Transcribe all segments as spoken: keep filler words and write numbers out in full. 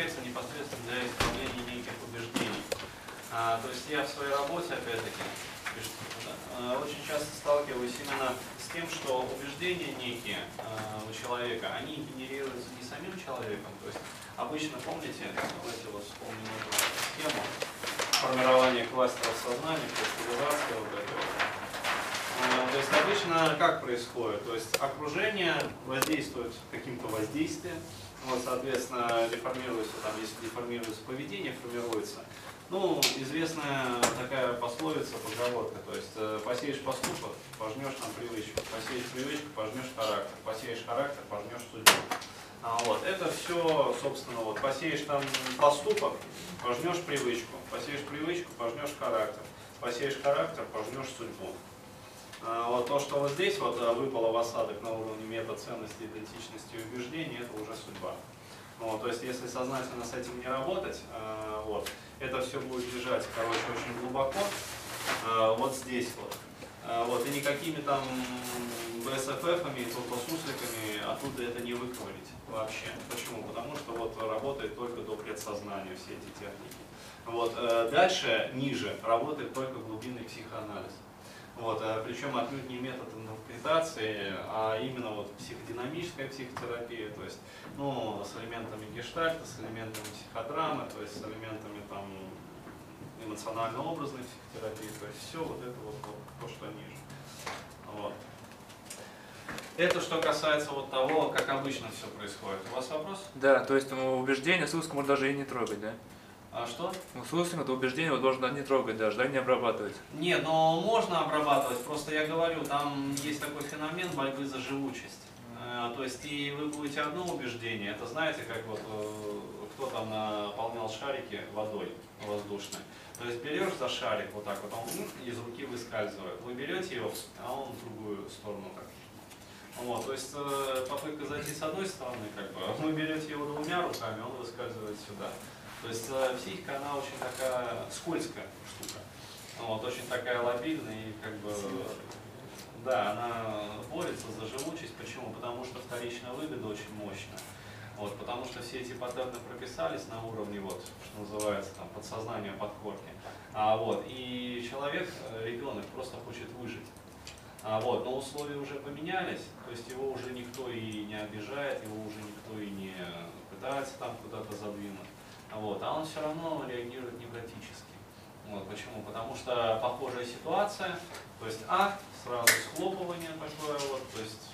предназначается непосредственно для исправления неких убеждений. А, то есть я в своей работе, опять-таки, да, очень часто сталкиваюсь именно с тем, что убеждения некие а, у человека, они генерируются не самим человеком. То есть обычно, помните, давайте вот вспомним эту схему формирования кластеров сознания, кристаллизация вот этого. То есть обычно как происходит? То есть окружение воздействует каким-то воздействием, вот, соответственно, деформируется, там, если деформируется поведение, формируется. Ну, известная такая пословица, поговорка, то есть посеешь поступок, пожнешь там привычку, посеешь привычку, пожнешь характер, посеешь характер, пожнешь судьбу. А, вот, это все, собственно, вот, посеешь там поступок, пожнешь привычку, посеешь привычку, пожнешь характер, посеешь характер, пожнешь судьбу. Вот то, что вот здесь вот выпало в осадок на уровне метаценности, идентичности и убеждений, это уже судьба. Вот, то есть, если сознательно с этим не работать, вот, это все будет лежать, короче, очень глубоко, вот здесь вот. Вот, и никакими там бэ эс эф эфами, толпосусликами оттуда это не выковырить вообще. Почему? Потому что вот работает только до предсознания все эти техники. Вот, дальше, ниже, работает только глубинный психоанализ. Вот, причем отнюдь не метод интерпретации, а именно вот психодинамическая психотерапия, то есть, ну, с элементами гештальта, с элементами психодрамы, то есть с элементами там эмоционально-образной психотерапии, то есть все вот это вот, вот то, что ниже. Вот. Это что касается вот того, как обычно все происходит. У вас вопрос? Да, то есть убеждение с узком можно даже и не трогать, да? А что? Ну, с узким это убеждение вот должен не трогать даже, да, не обрабатывать. Нет, но можно обрабатывать, просто я говорю, там есть такой феномен борьбы за живучесть. Mm. То есть и вы будете одно убеждение, это знаете, как вот кто там наполнял шарики водой воздушной. То есть берешь за шарик, вот так вот, он из руки выскальзывает. Вы берете его, а он в другую сторону так. Вот, то есть попытка зайти с одной стороны, как бы, вы берете его двумя руками, он выскальзывает сюда. То есть психика, она очень такая скользкая штука, вот, очень такая лобильная и как бы, да, она борется за живучесть. Почему? Потому что вторичная выгода очень мощная. Вот, потому что все эти паттерны прописались на уровне, вот, что называется, там, подсознания, подкорки. А, вот, и человек, ребенок, просто хочет выжить. А, вот, но условия уже поменялись, то есть его уже никто и не обижает, его уже никто и не пытается там куда-то задвинуть. Вот, а он все равно реагирует невротически. Вот, почему? Потому что похожая ситуация, то есть акт, сразу схлопывание такое вот, то есть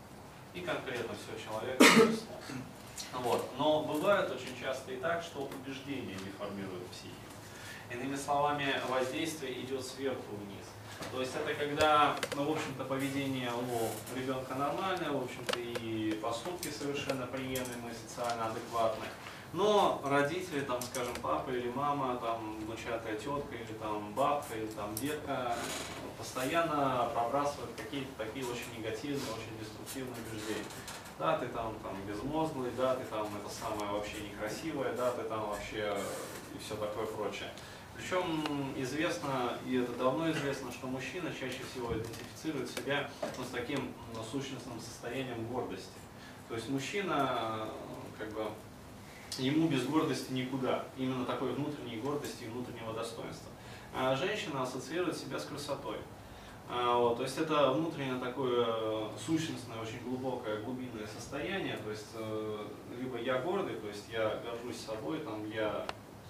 и конкретно все, человек выросло. Вот. Но бывает очень часто и так, что убеждение деформирует психику. Иными словами, воздействие идет сверху вниз. То есть это когда, ну, в общем-то, поведение у ребенка нормальное, в общем-то, и поступки совершенно приемлемые, социально адекватные. Но родители, там, скажем, папа или мама, там, внучатая тетка или там бабка или там детка постоянно пробрасывают какие-то такие очень негативные, очень деструктивные убеждения. Да, ты там, там безмозглый, да, ты там это самое вообще некрасивое, да, ты там вообще и все такое прочее. Причем известно, и это давно известно, что мужчина чаще всего идентифицирует себя, ну, с таким, ну, сущностным состоянием гордости. То есть мужчина, как бы, ему без гордости никуда, именно такой внутренней гордости и внутреннего достоинства. А женщина ассоциирует себя с красотой. А, вот, то есть это внутреннее такое сущностное, очень глубокое, глубинное состояние. То есть э, либо я гордый, то есть я горжусь собой, там, я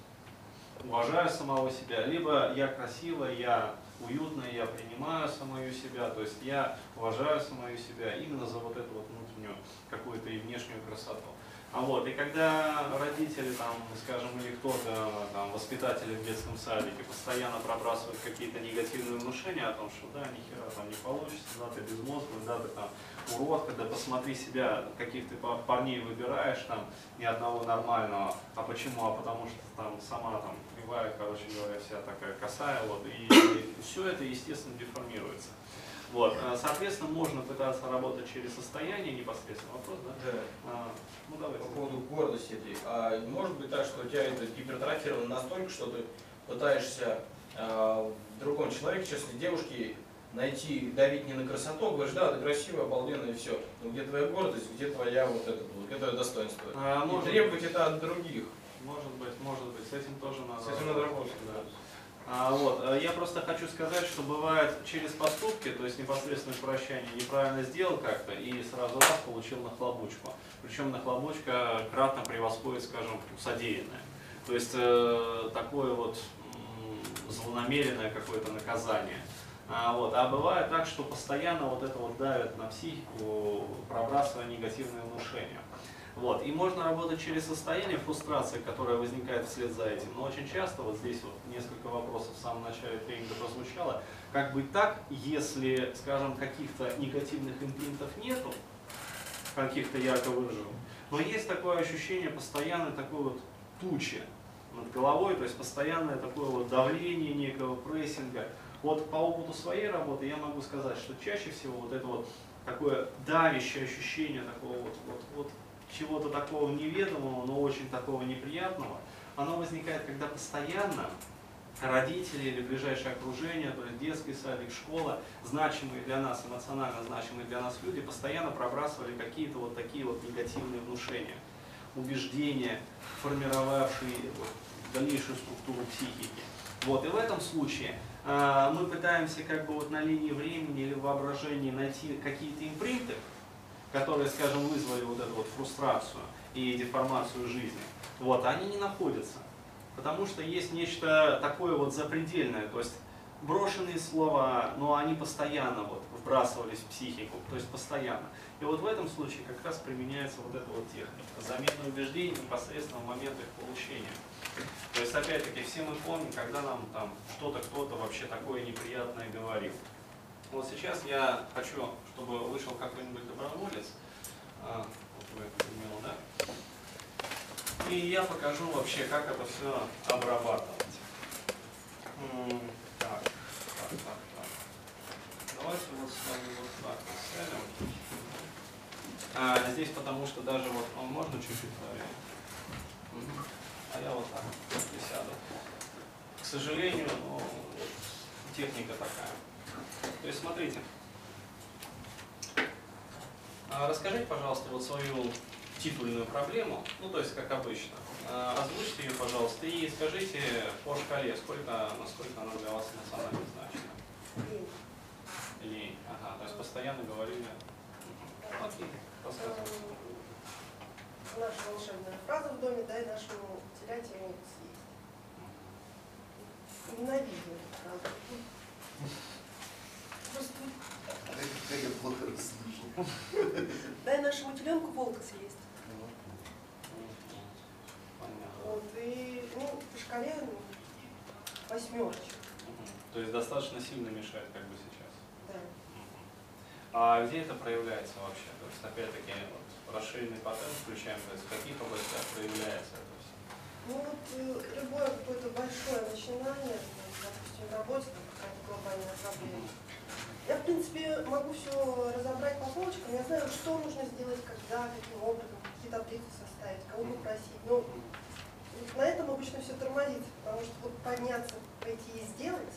уважаю самого себя, либо я красивая, я уютная, я принимаю самую себя, то есть я уважаю самую себя именно за вот эту вот внутреннюю какую-то и внешнюю красоту. А вот, и когда родители, там, скажем, или кто-то, там, воспитатели в детском садике постоянно пробрасывают какие-то негативные внушения о том, что да, нихера там не получится, да, ты безмозглый, да, ты там уродка, да посмотри себя, каких ты парней выбираешь, там, ни одного нормального. А почему? А потому что там сама там кривая, короче говоря, вся такая косая, вот, и, и все это, естественно, деформируется. Вот, соответственно, можно пытаться работать через состояние непосредственно. Вопрос, да? Да. А, ну, давай. По поводу гордости. А может быть так, что у тебя это гипертрофировано настолько, что ты пытаешься а, в другом человеке, честной девушке, найти, давить не на красоту, говоришь, да, ты красивая, обалденная, и все. Но где твоя гордость, где твоя вот это, где твое достоинство? А, и может... требовать это от других. Может быть, может быть, с этим тоже надо. С этим надо работать, да. А, вот, я просто хочу сказать, что бывает через поступки, то есть непосредственное прощание, неправильно сделал как-то и сразу раз получил нахлобучку. Причем нахлобучка кратно превосходит, скажем, содеянное. То есть э, такое вот м, злонамеренное какое-то наказание. А, вот, а бывает так, что постоянно вот это вот давит на психику, пробрасывая негативные внушения. Вот. И можно работать через состояние фрустрации, которое возникает вслед за этим. Но очень часто, вот здесь вот несколько вопросов в самом начале тренинга прозвучало, как быть так, если, скажем, каких-то негативных импринтов нету, каких-то ярко выраженных, но есть такое ощущение постоянной такой вот тучи над головой, то есть постоянное такое вот давление некого прессинга. Вот по опыту своей работы я могу сказать, что чаще всего вот это вот такое давящее ощущение такого вот, вот, вот чего-то такого неведомого, но очень такого неприятного, оно возникает, когда постоянно родители или ближайшее окружение, то есть детский садик, школа, значимые для нас, эмоционально значимые для нас люди, постоянно пробрасывали какие-то вот такие вот негативные внушения, убеждения, формировавшие вот дальнейшую структуру психики. Вот, и в этом случае э, мы пытаемся как бы вот на линии времени или воображения найти какие-то импринты, которые, скажем, вызвали вот эту вот фрустрацию и деформацию жизни. Вот, они не находятся. Потому что есть нечто такое вот запредельное, то есть брошенные слова, но они постоянно вот вбрасывались в психику, то есть постоянно. И вот в этом случае как раз применяется вот эта вот техника, замена убеждений непосредственно в момент их получения. То есть опять-таки все мы помним, когда нам там что-то кто-то вообще такое неприятное говорил. Вот сейчас я хочу, чтобы вышел какой-нибудь доброволец, а, вот вы имел, да? И я покажу вообще, как это все обрабатывать. М, Так, так, так, так. Давайте вот с вами вот так вот сядем. А, здесь потому что даже вот, он можно чуть-чуть правее? Мгм. А я вот так присяду. К сожалению, ну, вот, техника такая. То есть смотрите. А, расскажите, пожалуйста, вот свою титульную проблему, ну то есть как обычно. Озвучьте ее, пожалуйста, и скажите по шкале, сколько, насколько она для вас эмоционально значима. Лень. Лень. Ага, то есть постоянно говорили. Окей, рассказывайте. Наша волшебная фраза в доме: дай нашему терять и его съесть. Ненавижу эту фразу. Просто Как я плохо расслышал. дай нашему теленку волка съесть. Понятно. Вот, и ну, по шкале ну, восьмерочка. То есть достаточно сильно мешает как бы сейчас. Да. А где это проявляется вообще? То есть опять-таки вот, расширенный паттерн включаем, то есть в каких областях проявляется это все? Ну вот э, любое какое-то большое начинание, ну, допустим, в работе, там какая-то глобальная проблема. Я, в принципе, могу все разобрать по полочкам, я знаю, что нужно сделать, когда, каким образом, какие таблицы составить, кого попросить. Но на этом обычно все тормозится, потому что вот подняться, пойти и сделать.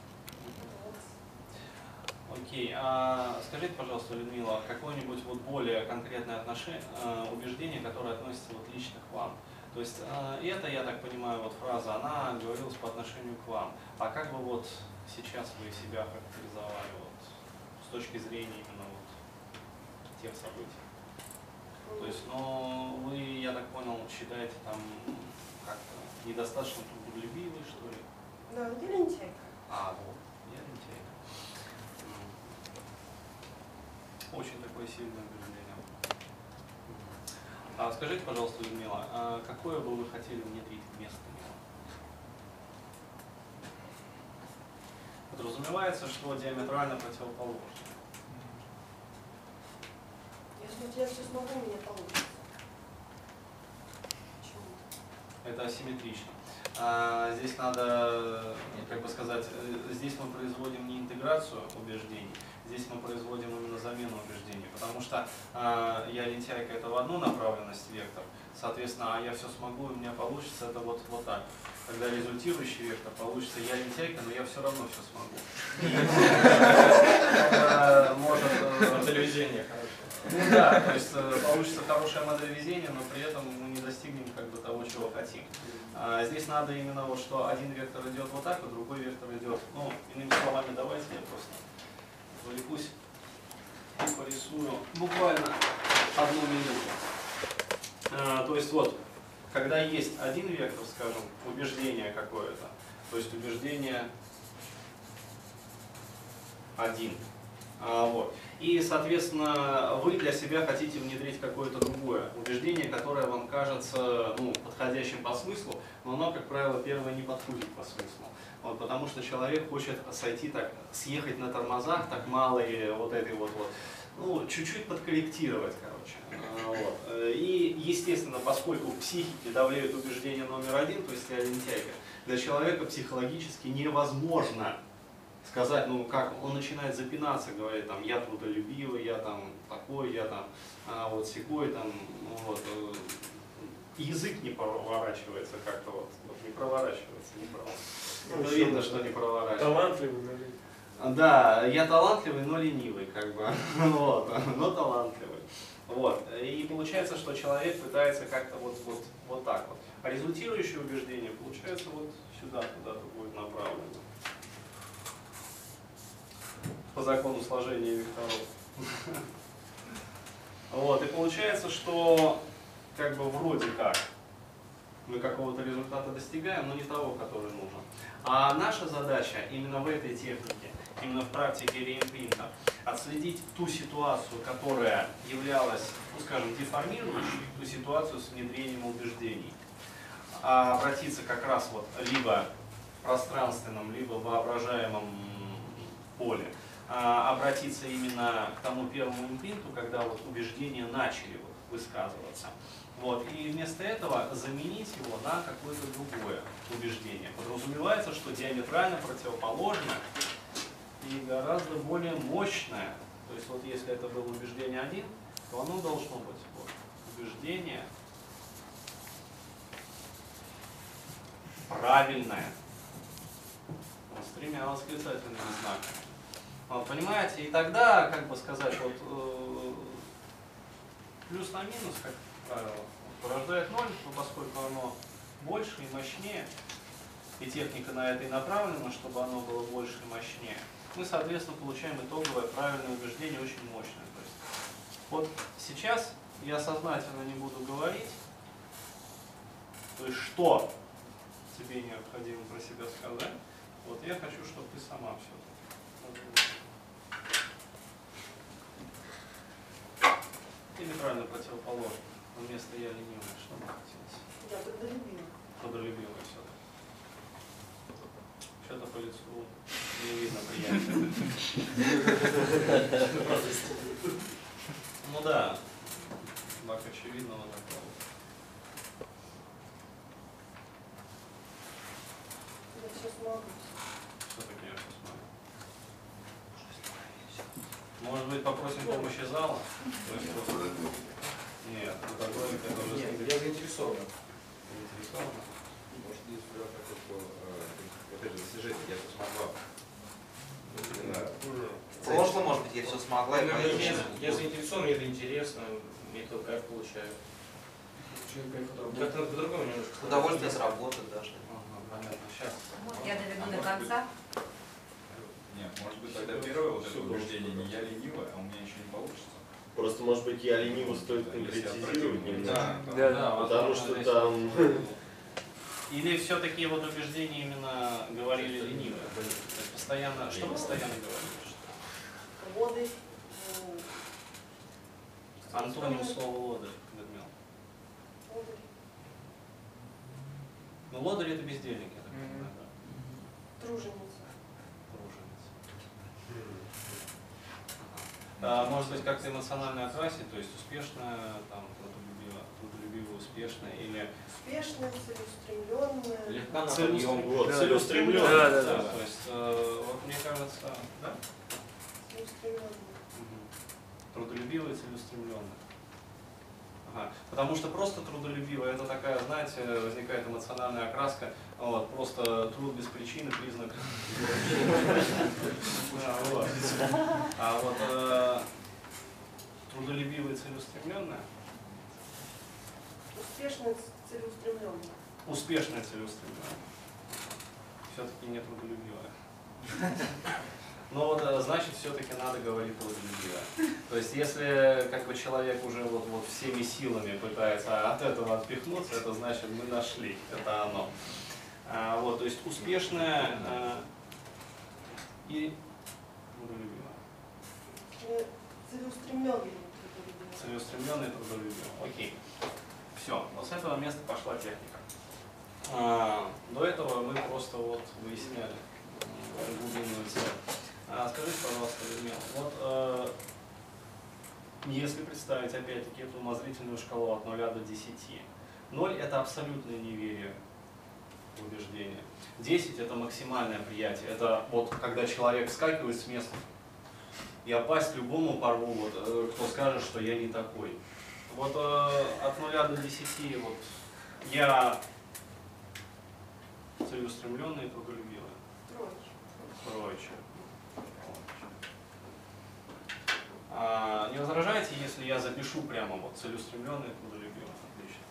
Вот. Окей, а скажите, пожалуйста, Людмила, какое-нибудь вот более конкретное отношение, э, убеждение, которое относится вот лично к вам? То есть э, это, я так понимаю, вот фраза, она говорилась по отношению к вам. А как бы вот сейчас вы себя характеризовали вот, с точки зрения именно вот тех событий? То есть, ну, вы, я так понял, считаете там как-то недостаточно трудолюбивый, что ли? Да, вот я лентяйка. А, вот, я лентяйка. Очень такое сильное убеждение. А скажите, пожалуйста, Людмила, а какое бы вы хотели внедрить вместо него? Подразумевается, что диаметрально противоположно. Если вот я все смогу, у меня получится. Почему? Это асимметрично. А, здесь надо, как бы сказать, здесь мы производим не интеграцию убеждений, здесь мы производим именно замену убеждений, потому что а, я лентяйка — это в одну направленность вектор, соответственно, а я все смогу, у меня получится, это вот, вот так. Когда результирующий вектор получится, я лентяйка, но я все равно все смогу. Может... Это везение хорошее. Ну да, то есть э, получится хорошая модель везения, но при этом мы не достигнем как бы того, чего хотим. А здесь надо именно вот, что один вектор идет вот так, а другой вектор идет. Ну, иными словами, давайте я просто отвлекусь и порисую буквально одну минуту. А, то есть вот, когда есть один вектор, скажем, убеждение какое-то, то есть убеждение один. А, вот. И, соответственно, вы для себя хотите внедрить какое-то другое убеждение, которое вам кажется ну, подходящим по смыслу, но оно, как правило, первое не подходит по смыслу. Вот, потому что человек хочет сойти так, съехать на тормозах, так малые вот этой вот, вот ну, чуть-чуть подкорректировать, короче. А, вот. И, естественно, поскольку в психике давляют убеждение номер один, то есть я лентяйка, для человека психологически невозможно сказать, ну как, он начинает запинаться, говорит, там, я трудолюбивый, я там такой, я там а, вот сякой, там, вот, э, язык не проворачивается как-то вот, вот не проворачивается, не проворачивается. Ну, видно, что не проворачивается. Талантливый, но да, я талантливый, но ленивый, как бы, вот, но талантливый. Вот. И получается, что человек пытается как-то вот, вот, вот так вот. А результирующее убеждение получается вот сюда, куда-то будет направлено. По закону сложения векторов. Вот, и получается, что как бы вроде как мы какого-то результата достигаем, но не того, который нужен. А наша задача именно в этой технике, именно в практике реимпринта, отследить ту ситуацию, которая являлась, ну скажем, деформирующей, ту ситуацию с внедрением убеждений. А обратиться как раз вот либо в пространственном, либо в воображаемом поле. Обратиться именно к тому первому импринту, когда вот убеждения начали вот высказываться. Вот. И вместо этого заменить его на какое-то другое убеждение. Подразумевается, что диаметрально противоположное и гораздо более мощное. То есть вот если это было убеждение один, то оно должно быть вот, убеждение правильное, с тремя восклицательными знаками. Вот, понимаете, и тогда, как бы сказать, вот э, плюс на минус, как правило, порождает ноль, но поскольку оно больше и мощнее, и техника на это и направлена, чтобы оно было больше и мощнее, мы, соответственно, получаем итоговое правильное убеждение, очень мощное. То есть, вот сейчас я сознательно не буду говорить, то есть что тебе необходимо про себя сказать, вот я хочу, чтобы ты сама все. Диаметрально противоположно. Вместо я ленивая, что мне хотелось? Я трудолюбивая. Трудолюбивая все-таки. Что-то по лицу не видно приятно. Ну да, бак очевидного такого. Я все смогу. Все-таки я все смогу. Может быть, попросим помощи зала? То есть, вот, нет, ну такой, который... Нет, я заинтересован. Заинтересован? Может, есть прям такой, что, опять же, достижение, я все смогла. В прошлом, может быть, я все смогла. Я, и я, поэтому- я, я заинтересован, мне это интересно, мне это кайф получаю. Как-то по-другому немножко. Удовольствие с работы даже. Ага, понятно. Сейчас. Я доведу до конца. Нет, может быть, тогда первое вот это убеждение не я ленивая, а у меня еще не получится. Просто, может быть, я ленивый стоит конкретизировать немного. Да, Да, Да, Потому возможно, что здесь- там... Или все-таки вот убеждения именно говорили ленивые? То есть постоянно, что постоянно говорили? Воды. Антоним слова лодырь, Людмила. Воды. Ну, лодырь это бездельник, я так понимаю, да? Труженица. Труженица. А, может быть, как-то эмоционально окрасить, то есть успешная, там, трудолюбивая, трудолюбивая, успешная, или Успешная, целеустремленная. Легка на целеустремленная. подъем. Вот, Да, целеустремленная. да, да, да. То есть, э, вот мне кажется, да? Целеустремленная. Мгм. Трудолюбивая и целеустремленная. Ага. Потому что просто трудолюбивая, это такая, знаете, возникает эмоциональная окраска, вот, просто труд без причины, признак. А вот э, Трудолюбивая и целеустремленная? Успешная, целеустремленная. Успешная, целеустремленная. Все-таки не трудолюбивая. Но вот, значит, все-таки надо говорить трудолюбивая. То есть, если как бы человек уже вот, вот всеми силами пытается от этого отпихнуться, это значит, мы нашли, это оно. А, вот, то есть, успешная а, и трудолюбивая. Целеустремленная. Целеустремленная и трудолюбивая. Окей. Все, вот с этого места пошла техника. А, до этого мы просто вот выясняли глубинную цель. А, скажите, пожалуйста, Людмила, вот э, если представить опять-таки эту умозрительную шкалу от нуля до десяти, ноль это абсолютное неверие в убеждение, десять это максимальное приятие, это вот когда человек вскакивает с места и опасть любому порву, вот, э, кто скажет, что я не такой. Вот э, от нуля до десяти вот, я целеустремленный и трудолюбивый. Троечка. Троечка. А, не возражаете, если я запишу прямо вот целеустремленный и трудолюбивый? Отлично.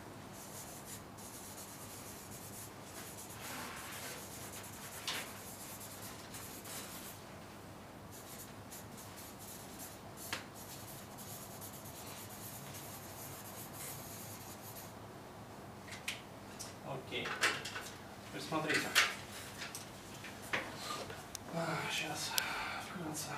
Окей. Теперь смотрите. А, сейчас. Вкратце.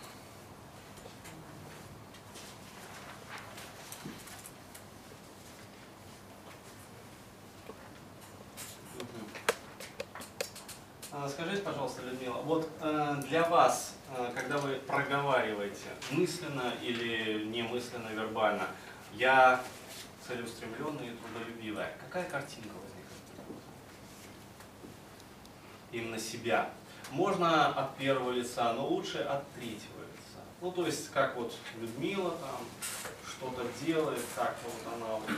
Скажите, пожалуйста, Людмила, вот э, для вас, э, когда вы проговариваете мысленно или немысленно, вербально, я целеустремленная и трудолюбивая, какая картинка возникает? Именно себя. Можно от первого лица, но лучше от третьего лица. Ну, то есть, как вот Людмила там что-то делает, как вот она вот.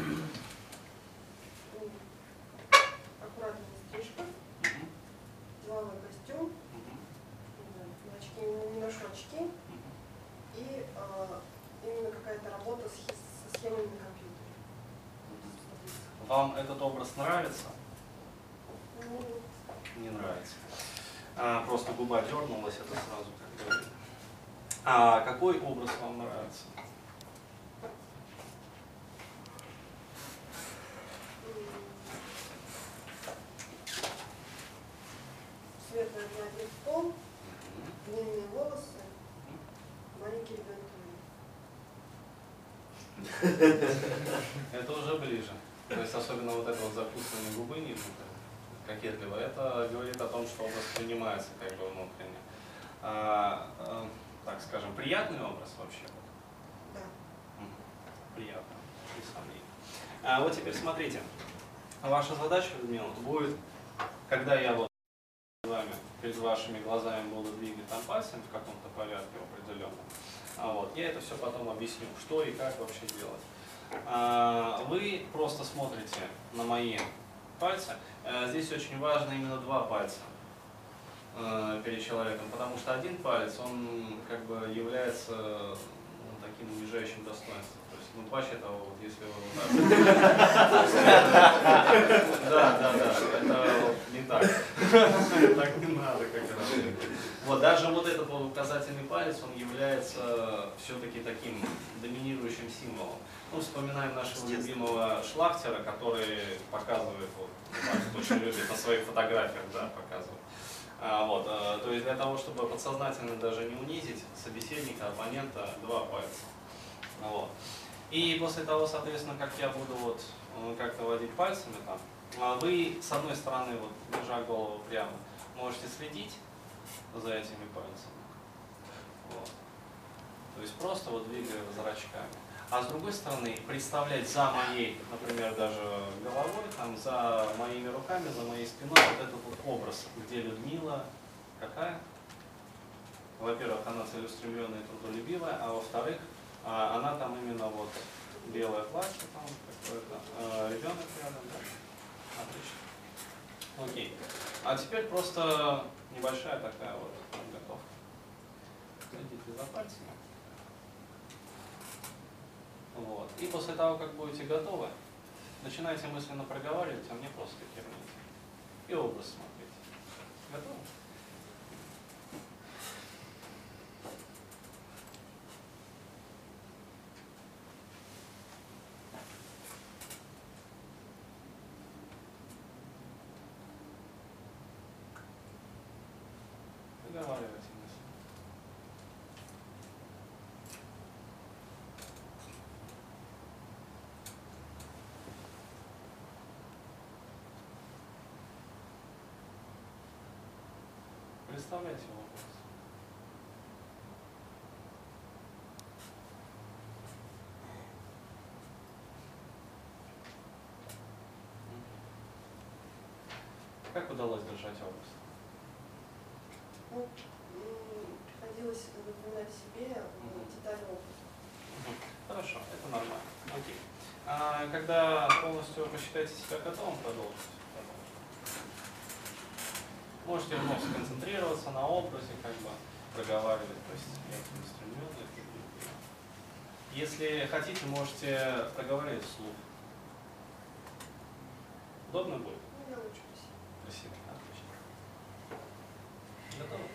Аккуратная стрижка. Деловой костюм, uh-huh. очки, не ношу очки, uh-huh. и э, именно какая-то работа с, со схемами на компьютере. Uh-huh. Вам этот образ нравится? Ну, не нравится. А, просто губа дернулась, это сразу как говорили. А какой образ вам нравится? Светлый однотип пол, длинные волосы, маленький ребенок. Это уже ближе. То есть особенно вот это вот закусывание губы ниже, кокетливо, это говорит о том, что образ принимается как бы внутренне. А, а, так скажем, приятный образ вообще? Да. Приятно, без сомнений. А вот теперь смотрите. Ваша задача, Людмила, будет, когда я вот вами, перед вашими глазами буду двигать там пальцем в каком-то порядке определенном, а вот, я это все потом объясню, что и как вообще делать. А, вы просто смотрите на мои пальцы. А, здесь очень важно именно два пальца а, перед человеком, потому что один палец, он как бы является ну, таким унижающим достоинством. То есть, ну, паче того, вот, если вы да, да, да, это не так. Так не надо, как раз. Вот, даже вот этот вот указательный палец, он является все-таки таким доминирующим символом. Ну, вспоминаем нашего любимого Шлахтера, который показывает, вот, очень любит на своих фотографиях, да, показывает. А, вот, а, то есть для того, чтобы подсознательно даже не унизить собеседника, оппонента, два пальца. Вот. И после того, соответственно, как я буду вот как-то водить пальцами там, вы с одной стороны, вот, держа голову прямо, можете следить за этими пальцами. Вот. То есть просто вот двигая зрачками. А с другой стороны, представлять за моей, например, даже головой, там, за моими руками, за моей спиной вот этот вот образ, где Людмила какая? Во-первых, она целеустремленная и трудолюбивая, а во-вторых, она там именно вот белое платье, там какой-то, ребенок рядом, да? Отлично. Окей. А теперь просто небольшая такая вот подготовка. Следите за пальцами. И после того, как будете готовы, начинайте мысленно проговаривать, а мне просто кивните. И образ смотрите. Готовы? Проговаривайте мысли. Представляйте образ. Как удалось держать образ? Ну, м, приходилось напоминать себе Мгм. детали опыта. Мгм. Хорошо, это нормально. Окей. А когда полностью посчитаете себя готовым, продолжите. Можете вновь сконцентрироваться на образе, как бы проговаривать, то есть я целеустремленный. Если хотите, можете проговаривать вслух. Удобно будет? Ну, я лучше себе. Красиво. Отлично. Готово?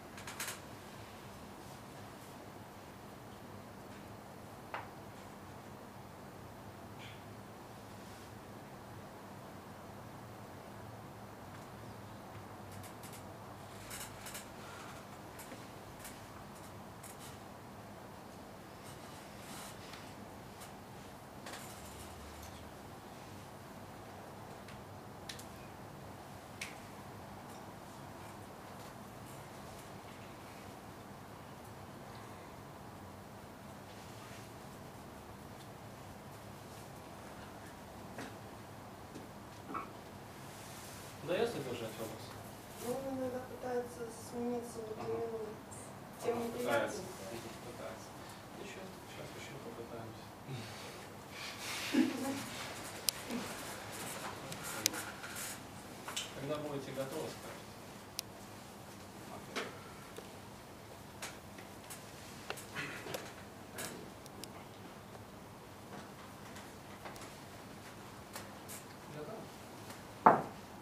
Удается держать образ? Ну, он иногда пытается смениться вот Ага. именно тем Ага, пытается. неприятным. Пытается. Ничего, сейчас еще попытаемся. Когда будете готовы, скажите. Окей. Готовы?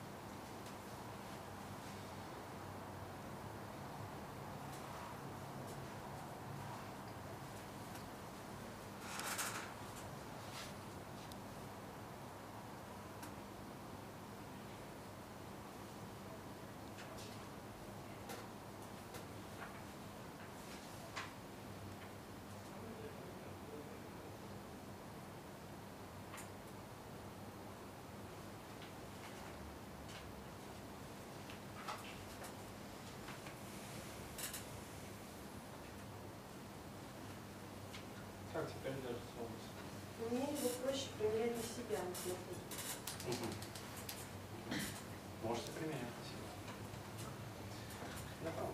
Как теперь держится образ? Мне его проще применять на себя, например. Мгм. Можете применять на себя. Готово?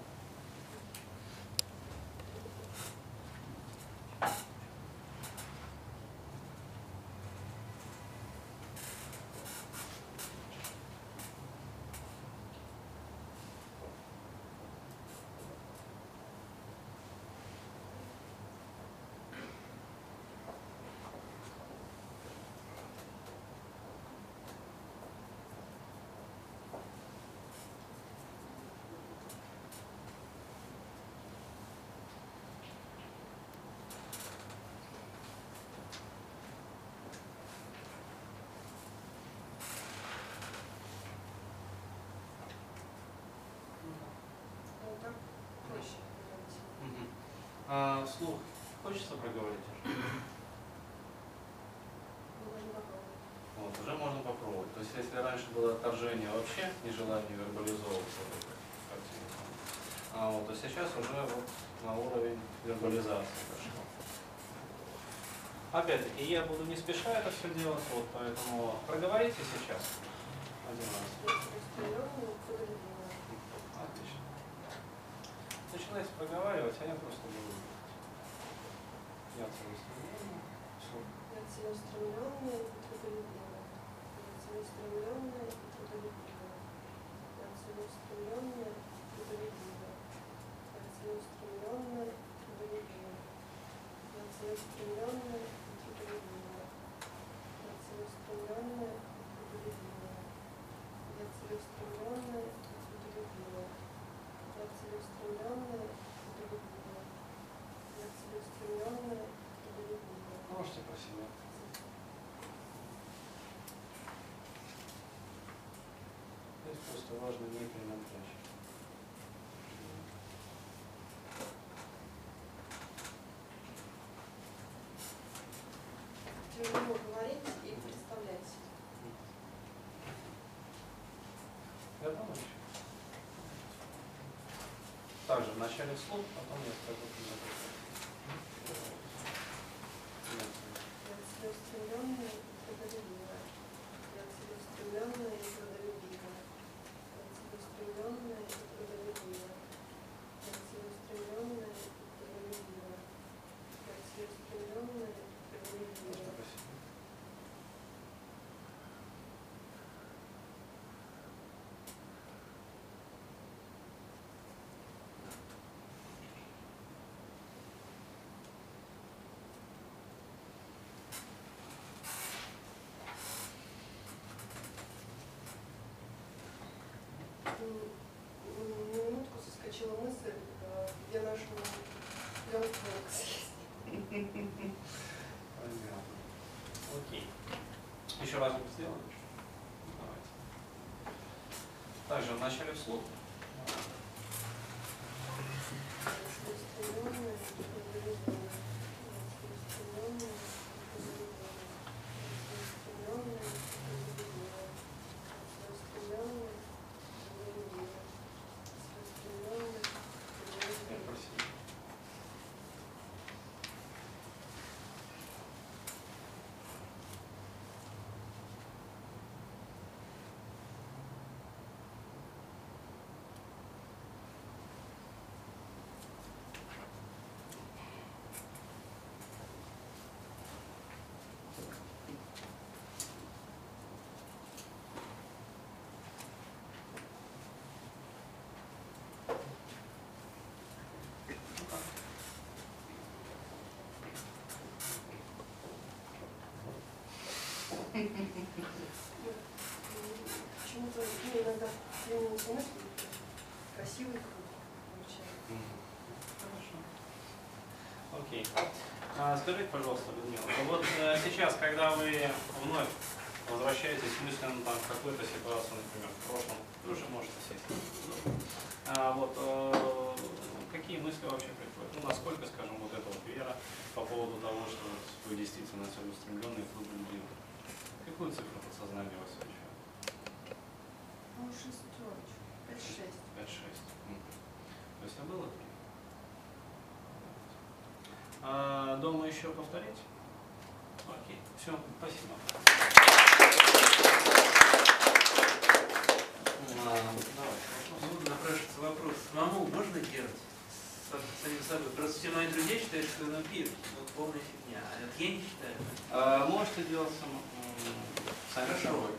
Вот так проще применять. Мгм. А вслух хочется проговорить? Можно попробовать. Вот, уже можно попробовать. То есть, если раньше было отторжение вообще, нежелание вербализовываться в этой картине, а вот, то сейчас уже вот на уровень вербализации дошло. Опять-таки, я буду не спеша это все делать, вот, поэтому проговорите сейчас один раз. Целеустремленный, трудолюбивый. Отлично. Начинайте проговаривать, а я просто буду делать. Я целеустремленный. Всё. Я целеустремленная и трудолюбивая. Я целеустремленная и трудолюбивая. Я целеустремленная и трудолюбивая. Я целеустремленная и трудолюбивая. Я целеустремленная и трудолюбивая. целеустремленная, трудолюбивая. Я целеустремленная, трудолюбивая. Я целеустремленная, трудолюбивая. Можете про себя. Здесь просто важно не перенапрячь. Тяжело говорить и представлять. Готово еще? Также в начале слов, потом я скажу, куда Я целеустремленная и трудолюбивая. Я целеустремленная и трудолюбивая. Я целеустремленная и трудолюбивая. Я целеустремленная и трудолюбивая. Я целеустремленная и трудолюбивая. На минутку соскочила мысль, где нашу пленку съесть. Понятно. Окей. Еще разок сделаем. Давайте. Также в начале вслух. Целеустремленная и трудолюбивая. Целеустремленная и трудолюбивая. Целеустремленная и трудолюбивая. Целеустремленная и трудолюбивая. Целеустремленная и Я трудолюбивая. про себя. Почему-то ну, иногда тренинг мысли красивый круг получается. Хорошо. Окей. А, скажите, пожалуйста, Людмила, вот э, сейчас, когда вы вновь возвращаетесь мысленно там, в какую-то ситуацию, например, в прошлом, вы уже можете сесть. А, вот, э, какие мысли вообще приходят? Ну, насколько, скажем, вот эта вот вера по поводу того, что вы действительно целеустремленный и трудолюбивый? Какую цифру подсознания у вас освещает? Ну, шестерочку. Пять-шесть. пять-шесть. То есть, а было три? А, дома еще повторить? Окей. Все, спасибо. А, давай. Ну, напрашивается вопрос, самому можно делать? С самим собой. Просто все мои друзья считают, что ну, пир, ну, полная фигня. А вот я не считаю. А, можете делать само, сами Хорошо.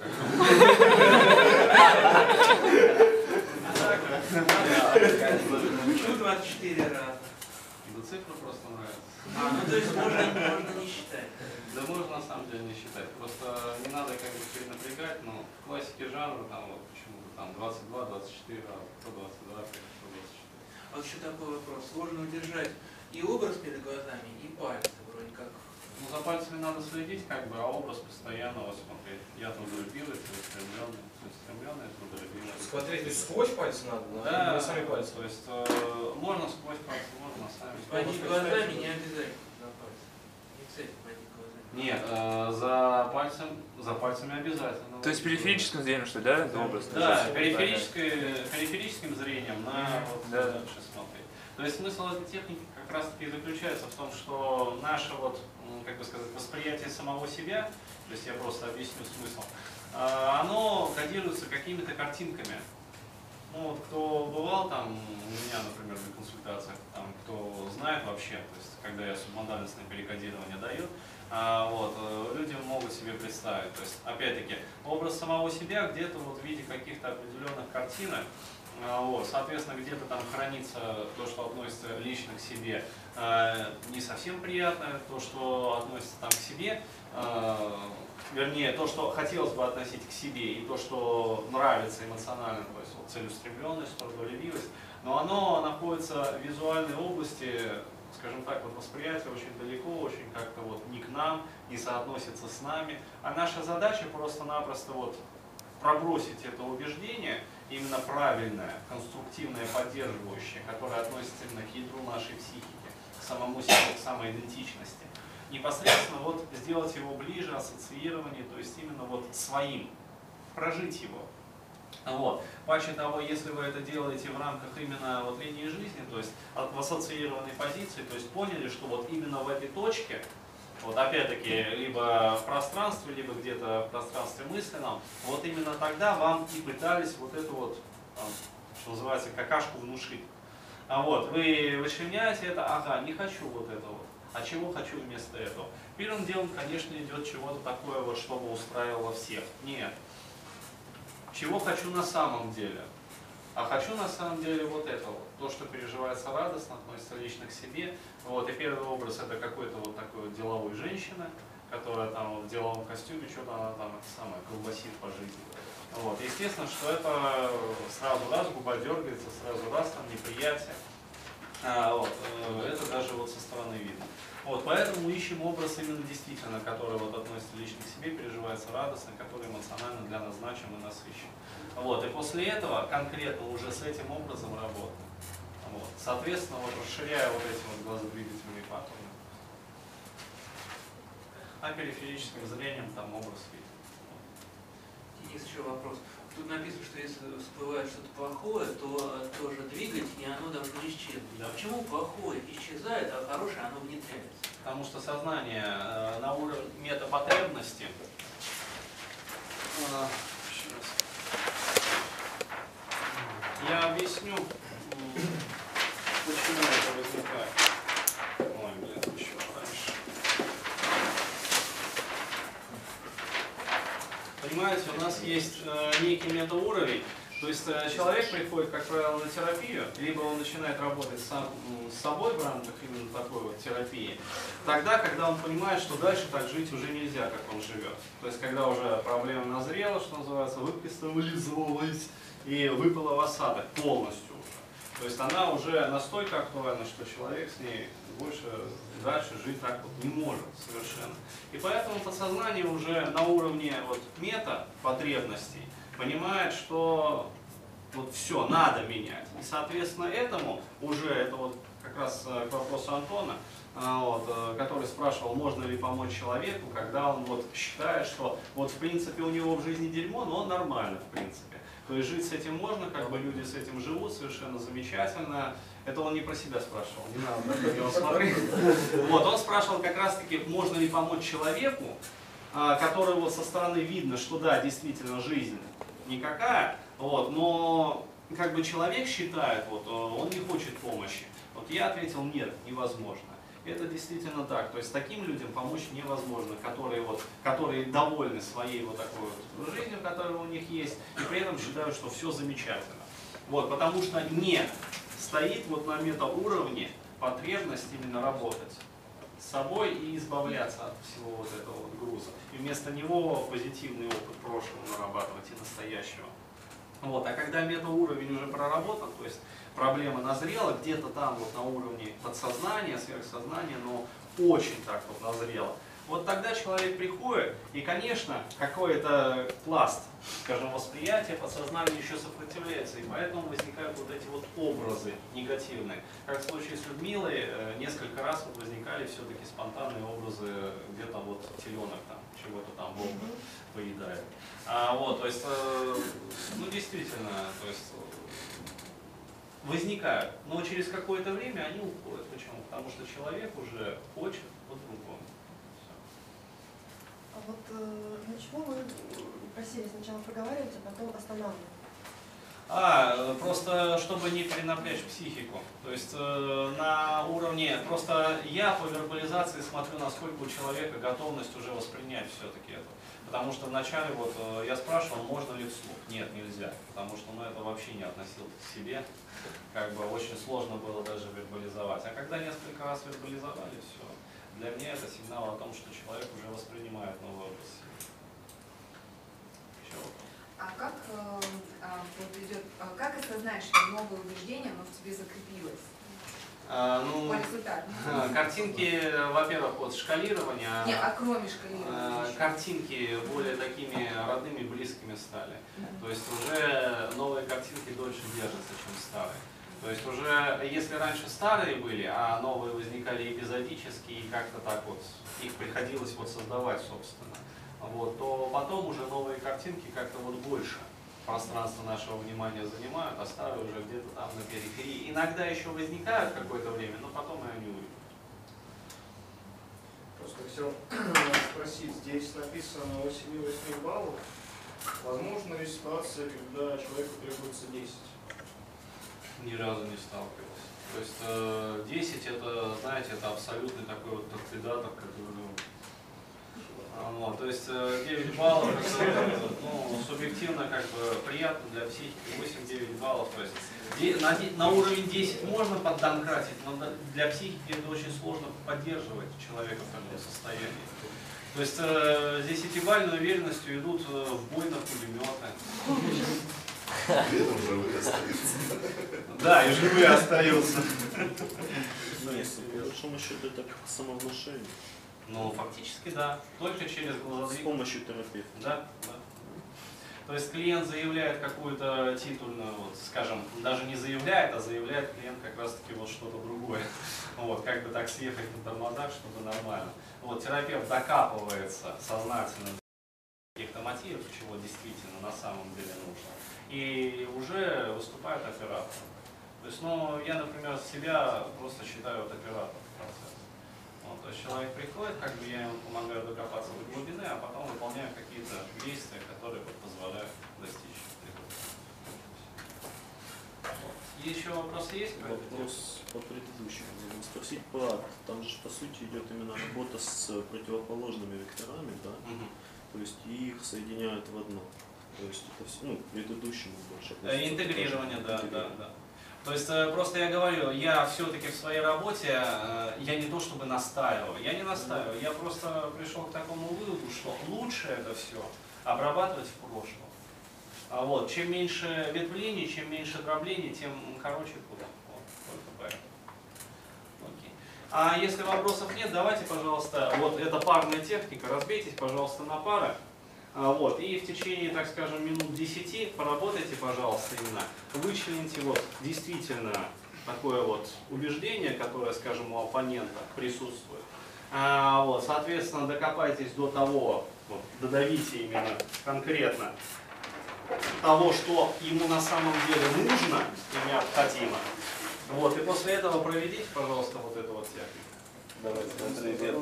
Почему двадцать четыре раза? Да цифра просто нравится. А, ну то есть можно, можно не считать. Да можно на самом деле не считать. Просто не надо как бы перенапрягать, но в классике жанра там вот почему-то там двадцать два, двадцать четыре раза, сто двадцать два, сто двадцать четыре. А вот еще такой вопрос. Сложно удержать и образ перед глазами, и пальцы вроде как. Ну за пальцами надо следить, как бы, а образ постоянно вот смотреть. Я трудолюбивый, целеустремленный, целеустремленный, трудолюбивый. Смотреть, то есть сквозь пальцы надо, на, Да, на сами пальцы. то есть э, можно сквозь пальцы, можно сами. Водить глазами не обязательно за пальцем. Не кстати, водить глазами. Нет, э, за пальцем, за пальцами обязательно. То есть периферическим зрением, что ли, да, это образ? Да, периферической, периферическим зрением на вот Да. дальше смотреть. То есть смысл этой техники как раз таки заключается в том, что наше вот, м, как бы сказать, восприятие самого себя, то есть я просто объясню смысл, а, оно кодируется какими-то картинками. Ну вот кто бывал там у меня, например, на консультациях, там, кто знает вообще, то есть когда я субмодальностное перекодирование даю, а, вот, э, люди могут себе представить. То есть, опять-таки, образ самого себя где-то вот в виде каких-то определенных картинок А, Вот, соответственно, где-то там хранится то, что относится лично к себе, не совсем приятное, то, что относится там к себе, вернее, то, что хотелось бы относить к себе, и то, что нравится эмоционально, то есть вот, целеустремленность, трудолюбивость, но оно находится в визуальной области, скажем так, вот восприятие очень далеко, очень как-то вот не к нам, не соотносится с нами, а наша задача просто-напросто вот пробросить это убеждение, именно правильное, конструктивное, поддерживающее, которое относится именно к ядру нашей психики, к самому себе, к самоидентичности. Непосредственно вот сделать его ближе, ассоциирование, то есть именно вот своим, прожить его. Вот. Паче того, если вы это делаете в рамках именно вот линии жизни, то есть в ассоциированной позиции, то есть поняли, что вот именно в этой точке, вот опять-таки, либо в пространстве, либо где-то в пространстве мысленном, вот именно тогда вам и пытались вот эту вот, что называется, какашку внушить. А вот, вы вычленяете это, ага, не хочу вот это вот, а чего хочу вместо этого? Первым делом, конечно, идет чего-то такое, вот, чтобы устраивало всех. Нет. Чего хочу на самом деле? А хочу на самом деле вот это вот, то, что переживается радостно, относится лично к себе. Вот, и первый образ это какой-то вот такой вот деловой женщины, которая там вот в деловом костюме, что-то она там это самое, колбасит по жизни. Вот, естественно, что это сразу раз губа дергается, сразу раз там неприятие. А, вот, это даже вот со стороны видно. Вот, поэтому ищем образ именно действительно, который вот относится лично к себе, переживается радостно, который эмоционально для нас значим и насыщен. Вот, и после этого конкретно уже с этим образом работаем. Вот, соответственно, вот расширяя вот эти вот глазодвигательные паттерны. А периферическим зрением там образ виден. Денис, еще вопрос. Тут написано, что если всплывает что-то плохое, то тоже двигать, и оно должно исчезнуть. Да. Почему плохое исчезает, а хорошее оно внедряется? Потому что сознание э, на уровне метапотребности, э, я объясню, почему это возникает. Ой, блин, еще раньше. Понимаете, у нас есть э, некий метауровень, то есть э, человек приходит, как правило, на терапию, либо он начинает работать сам, с собой в рамках именно такой вот терапии, тогда, когда он понимает, что дальше так жить уже нельзя, как он живет. То есть, когда уже проблема назрела, что называется, выкристаллизовалась и выпала в осадок полностью уже. То есть, она уже настолько актуальна, что человек с ней больше дальше жить так вот не может совершенно. И поэтому подсознание уже на уровне вот мета потребностей понимает, что вот все, надо менять. И соответственно этому уже, это вот как раз к вопросу Антона, вот, который спрашивал, можно ли помочь человеку, когда он вот считает, что вот в принципе у него в жизни дерьмо, но он нормально в принципе. То есть жить с этим можно, как бы люди с этим живут, совершенно замечательно. Это он не про себя спрашивал, не надо на него смотреть. Вот, он спрашивал как раз-таки, можно ли помочь человеку, который вот со стороны видно, что да, действительно жизнь никакая, вот, но как бы человек считает, вот, он не хочет помощи. Вот я ответил, нет, невозможно. Это действительно так. То есть таким людям помочь невозможно, которые, вот, которые довольны своей вот такой вот жизнью, которая у них есть, и при этом считают, что все замечательно. Вот, потому что не стоит вот на метауровне потребность именно работать с собой и избавляться от всего вот этого вот груза. И вместо него позитивный опыт прошлого нарабатывать и настоящего. Вот. А когда метауровень уже проработан, то есть проблема назрела, где-то там вот на уровне подсознания, сверхсознания, но очень так вот назрела, вот тогда человек приходит, и, конечно, какой-то пласт, скажем, восприятия подсознания еще сопротивляется, и поэтому возникают вот эти вот образы негативные. Как в случае с Людмилой, несколько раз вот возникали все-таки спонтанные образы, где-то вот теленок там, чего-то там волка поедает. А, вот, то есть, ну действительно, то есть возникают, но через какое-то время они уходят. Почему? Потому что человек уже хочет по-другому. А вот э, для чего вы просили сначала проговаривать, а потом останавливать? А, просто чтобы не перенапрячь психику. То есть э, на уровне, просто я по вербализации смотрю, насколько у человека готовность уже воспринять все-таки это. Потому что вначале вот э, я спрашивал, можно ли вслух. Нет, нельзя. Потому что ну, это вообще не относил к себе. Как бы очень сложно было даже вербализовать. А когда несколько раз вербализовали, все. Для меня это сигнал о том, что человек уже воспринимает новый образ себя. Еще вопрос. А как, э, а, вот идет, а как осознать, что новое убеждение, оно в тебе закрепилось? А, ну, По результату. картинки, во-первых, вот шкалирования. Не, а кроме шкалирования. А, картинки более такими родными, близкими стали. Mm-hmm. То есть уже новые картинки дольше держатся, чем старые. То есть уже, если раньше старые были, а новые возникали эпизодически, и как-то так вот их приходилось вот создавать, собственно, вот, то потом уже новые картинки как-то вот больше пространства нашего внимания занимают, а старые уже где-то там на периферии. Иногда еще возникают какое-то время, но потом и они уйдут. Просто хотел спросить, здесь написано от семи до восьми баллов. Возможно ли ситуация, когда человеку требуется десять? Ни разу не сталкивался. То есть э, десять это, знаете, это абсолютный такой вот торпедатор, который, ну, вот, то есть э, девять баллов, ну, субъективно как бы приятно для психики, восемь-девять баллов. То есть де, на, на уровень десять можно поддомкратить, но для психики это очень сложно поддерживать человека в таком состоянии. То есть э, с десятибалльной уверенностью идут в бой на пулеметы. Живые остаются. Да, и живые остаются. Ну, если по большому счету это самовнушение. Ну, фактически, да. Только через глазодвиг. С помощью терапевта. Да, да. То есть клиент заявляет какую-то титульную, вот, скажем, даже не заявляет, а заявляет клиент как раз-таки вот что-то другое. Вот, как бы так съехать на тормозах, чтобы нормально. Вот, терапевт докапывается сознательно до каких-то мотивов, чего действительно на самом деле нужно. И уже выступает оператором. То есть, ну, я, например, себя просто считаю вот оператором процесса. Вот, то есть человек приходит, как бы я ему помогаю докопаться до глубины, а потом выполняю какие-то действия, которые вот позволяют достичь результата. Вот. Еще вопросы есть? Вопрос по предыдущему. Можно спросить по ад. Там же по сути идет именно работа с противоположными векторами, да? Угу. То есть их соединяют в одно. То есть это все, ну, предыдущему больше. Интегрирование, да, да, да. То есть просто я говорю, я все-таки в своей работе, я не то чтобы настаиваю, я не настаиваю, я просто пришел к такому выводу, что лучше это все обрабатывать в прошлом. А вот, чем меньше ветвлений, чем меньше дроблений, тем короче путь. Вот, только поэтому. Окей. А если вопросов нет, давайте, пожалуйста, вот эта парная техника, разбейтесь, пожалуйста, на пары. Вот, и в течение, так скажем, минут десяти поработайте, пожалуйста, именно, вычлените вот действительно такое вот убеждение, которое, скажем, у оппонента присутствует. А, вот, соответственно, докопайтесь до того, вот, додавите именно конкретно того, что ему на самом деле нужно и необходимо. Вот, и после этого проведите, пожалуйста, вот эту вот технику. Давайте,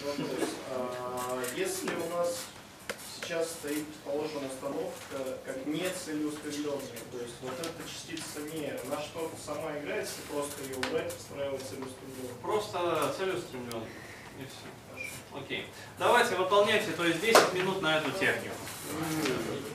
если у нас сейчас стоит положена установка как нецелеустремленная, то есть вот эта частица не на что сама играется, просто ее убрать, встраивать целеустремленно. Просто целеустремленно. И все. Хорошо. Окей. Давайте выполняйте, то есть десять минут на эту технику.